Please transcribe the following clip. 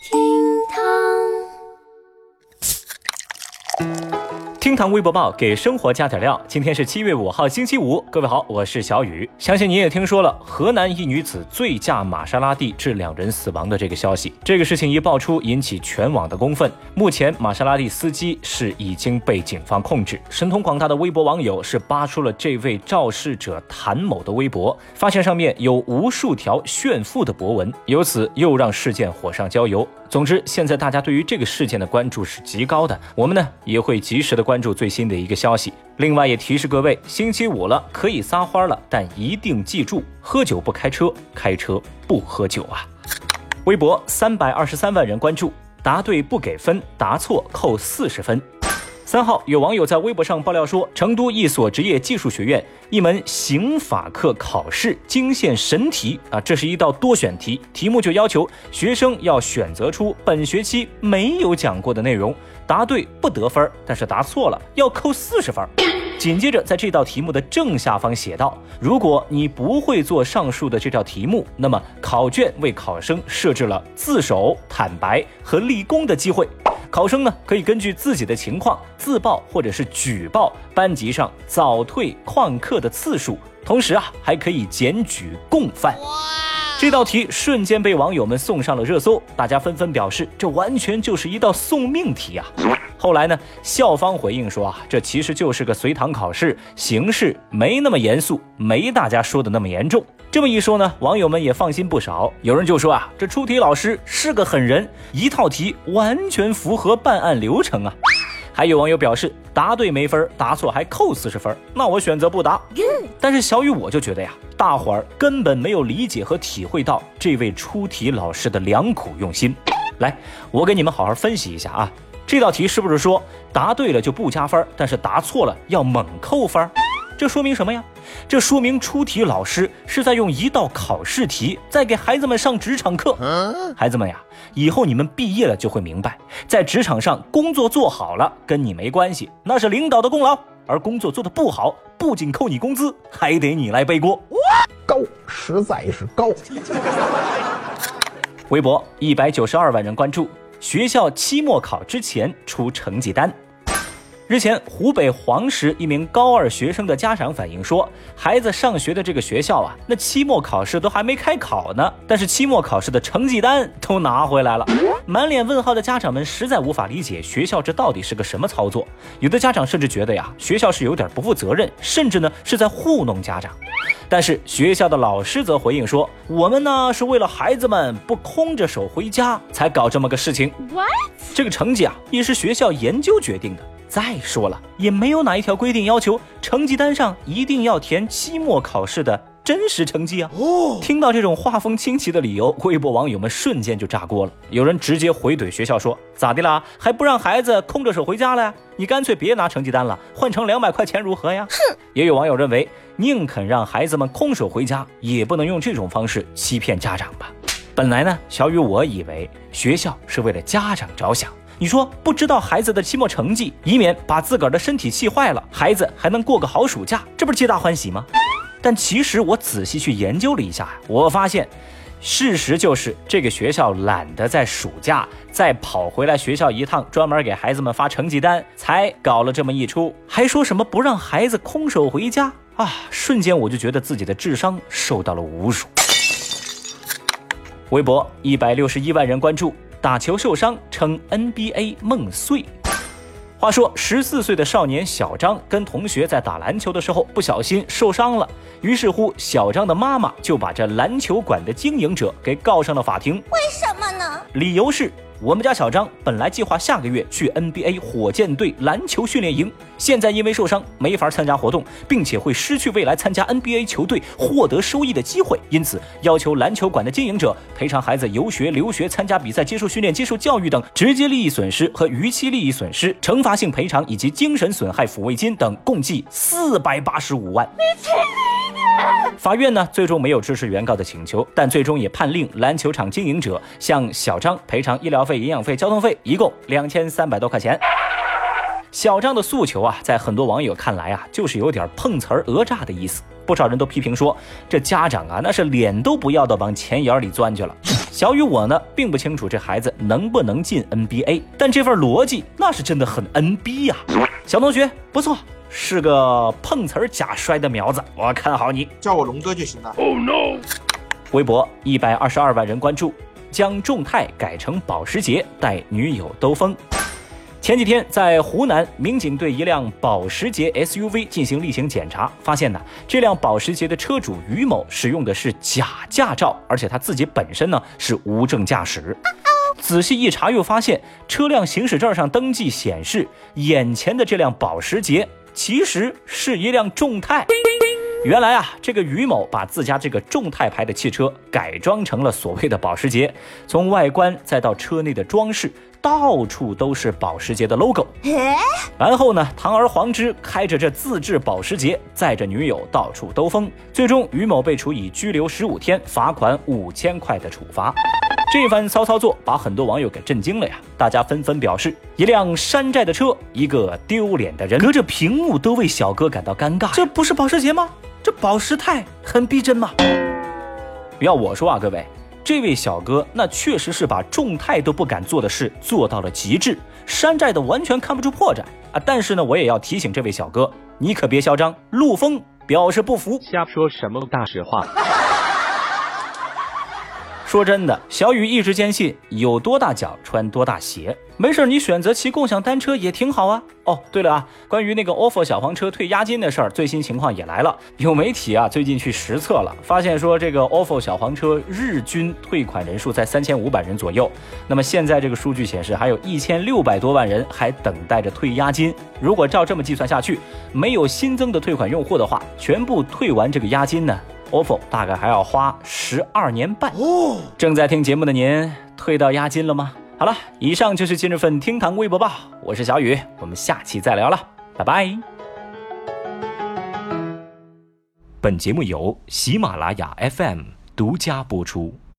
厅堂微博报给生活加点料。今天是7月5号星期五，各位好，我是小雨。相信你也听说了河南一女子醉驾玛莎拉蒂致2人死亡的这个消息。这个事情一爆出，引起全网的公愤。目前玛莎拉蒂司机是已经被警方控制。神通广大的微博网友是扒出了这位肇事者谭某的微博，发现上面有无数条炫富的博文，由此又让事件火上浇油。总之，现在大家对于这个事件的关注是极高的，我们呢也会及时的关注最新的一个消息。另外也提示各位，星期五了，可以撒欢了，但一定记住，喝酒不开车，开车不喝酒啊。微博323万人关注，答对不给分，答错扣40分。3号，有网友在微博上爆料说，成都一所职业技术学院一门刑法课考试惊现神题这是一道多选题，题目就要求学生要选择出本学期没有讲过的内容，答对不得分，但是答错了要扣40分。紧接着在这道题目的正下方写道，如果你不会做上述的这道题目，那么考卷为考生设置了自首、坦白和立功的机会。考生呢可以根据自己的情况自报或者是举报班级上早退旷课的次数，同时还可以检举共犯。这道题瞬间被网友们送上了热搜，大家纷纷表示这完全就是一道送命题啊。后来呢，校方回应说这其实就是个随堂考试，形式没那么严肃，没大家说的那么严重。这么一说呢，网友们也放心不少。有人就说这出题老师是个狠人，一套题完全符合办案流程啊。还有网友表示，答对没分，答错还扣40分，那我选择不答。但是小雨我就觉得大伙儿根本没有理解和体会到这位出题老师的良苦用心。来，我给你们好好分析一下这道题是不是说答对了就不加分，但是答错了要猛扣分？这说明什么呀？这说明出题老师是在用一道考试题在给孩子们上职场课。孩子们以后你们毕业了就会明白，在职场上工作做好了跟你没关系，那是领导的功劳，而工作做得不好，不仅扣你工资，还得你来背锅。 高，实在是高。 微博192万人关注，学校期末考之前出成绩单。日前，湖北黄石一名高2学生的家长反映说，孩子上学的这个学校那期末考试都还没开考呢，但是期末考试的成绩单都拿回来了。满脸问号的家长们实在无法理解学校这到底是个什么操作，有的家长甚至觉得学校是有点不负责任，甚至呢是在糊弄家长。但是学校的老师则回应说，我们呢是为了孩子们不空着手回家才搞这么个事情。这个成绩也是学校研究决定的。再说了，也没有哪一条规定要求成绩单上一定要填期末考试的真实成绩听到这种画风清奇的理由，微博网友们瞬间就炸锅了。有人直接回怼学校说，咋的啦，还不让孩子空着手回家了呀？你干脆别拿成绩单了，换成200块钱如何呀？也有网友认为，宁肯让孩子们空手回家，也不能用这种方式欺骗家长吧。本来呢，小雨我以为学校是为了家长着想，你说不知道孩子的期末成绩，以免把自个儿的身体气坏了，孩子还能过个好暑假，这不是皆大欢喜吗？但其实我仔细去研究了一下，我发现事实就是这个学校懒得在暑假再跑回来学校一趟，专门给孩子们发成绩单，才搞了这么一出，还说什么不让孩子空手回家瞬间我就觉得自己的智商受到了侮辱。微博161万人关注，打球受伤称 NBA 梦碎。话说14岁的少年小张跟同学在打篮球的时候不小心受伤了，于是乎小张的妈妈就把这篮球馆的经营者给告上了法庭。 为什么呢？ 理由是我们家小张本来计划下个月去 NBA 火箭队篮球训练营，现在因为受伤没法参加活动，并且会失去未来参加 NBA 球队获得收益的机会，因此要求篮球馆的经营者赔偿孩子游学、留学、参加比赛、接受训练、接受教育等直接利益损失和逾期利益损失、惩罚性赔偿以及精神损害抚慰金等，共计485万。法院呢最终没有支持原告的请求，但最终也判令篮球场经营者向小张赔偿医疗费、营养费、交通费，一共2300多块钱。 小张的诉求啊，在很多网友看来啊，就是有点碰瓷儿讹诈的意思。不少人都批评说，这家长啊，那是脸都不要的往钱眼里钻去了。小雨我呢，并不清楚这孩子能不能进 NBA， 但这份逻辑那是真的很 NB 呀。小同学不错，是个碰瓷儿假摔的苗子，我看好你， 叫我龙哥就行了。 Oh no！ 微博122万人关注，将众泰改成保时捷带女友兜风。前几天在湖南，民警对一辆保时捷 SUV 进行例行检查，发现呢，这辆保时捷的车主于某使用的是假驾照，而且他自己本身呢是无证驾驶。仔细一查，又发现车辆行驶证上登记显示，眼前的这辆保时捷其实是一辆众泰。原来啊，这个于某把自家这个众泰牌的汽车改装成了所谓的保时捷，从外观再到车内的装饰，到处都是保时捷的 logo。然后呢，堂而皇之开着这自制保时捷，载着女友到处兜风。最终，于某被处以拘留15天、罚款5000块的处罚。这番骚操作把很多网友给震惊了呀！大家纷纷表示，一辆山寨的车，一个丢脸的人，隔着屏幕都为小哥感到尴尬。这不是保时捷吗？这保时泰很逼真吗？要我说啊，各位，这位小哥那确实是把众泰都不敢做的事做到了极致，山寨的完全看不出破绽啊！但是呢，我也要提醒这位小哥，你可别嚣张，陆风表示不服。 瞎说什么大实话。 说真的，小雨一直坚信有多大脚穿多大鞋，没事你选择骑共享单车也挺好啊。哦，对了啊，关于那个 ofo 小黄车退押金的事儿，最新情况也来了。有媒体啊最近去实测了，发现说这个 ofo 小黄车日均退款人数在3500人左右。那么现在这个数据显示，还有1600多万人还等待着退押金。如果照这么计算下去，没有新增的退款用户的话，全部退完这个押金呢，ofo 大概还要花12年半。正在听节目的您，退到押金了吗？好了，以上就是今日份厅堂微博报，我是小雨，我们下期再聊了，拜拜。本节目由喜马拉雅 FM 独家播出。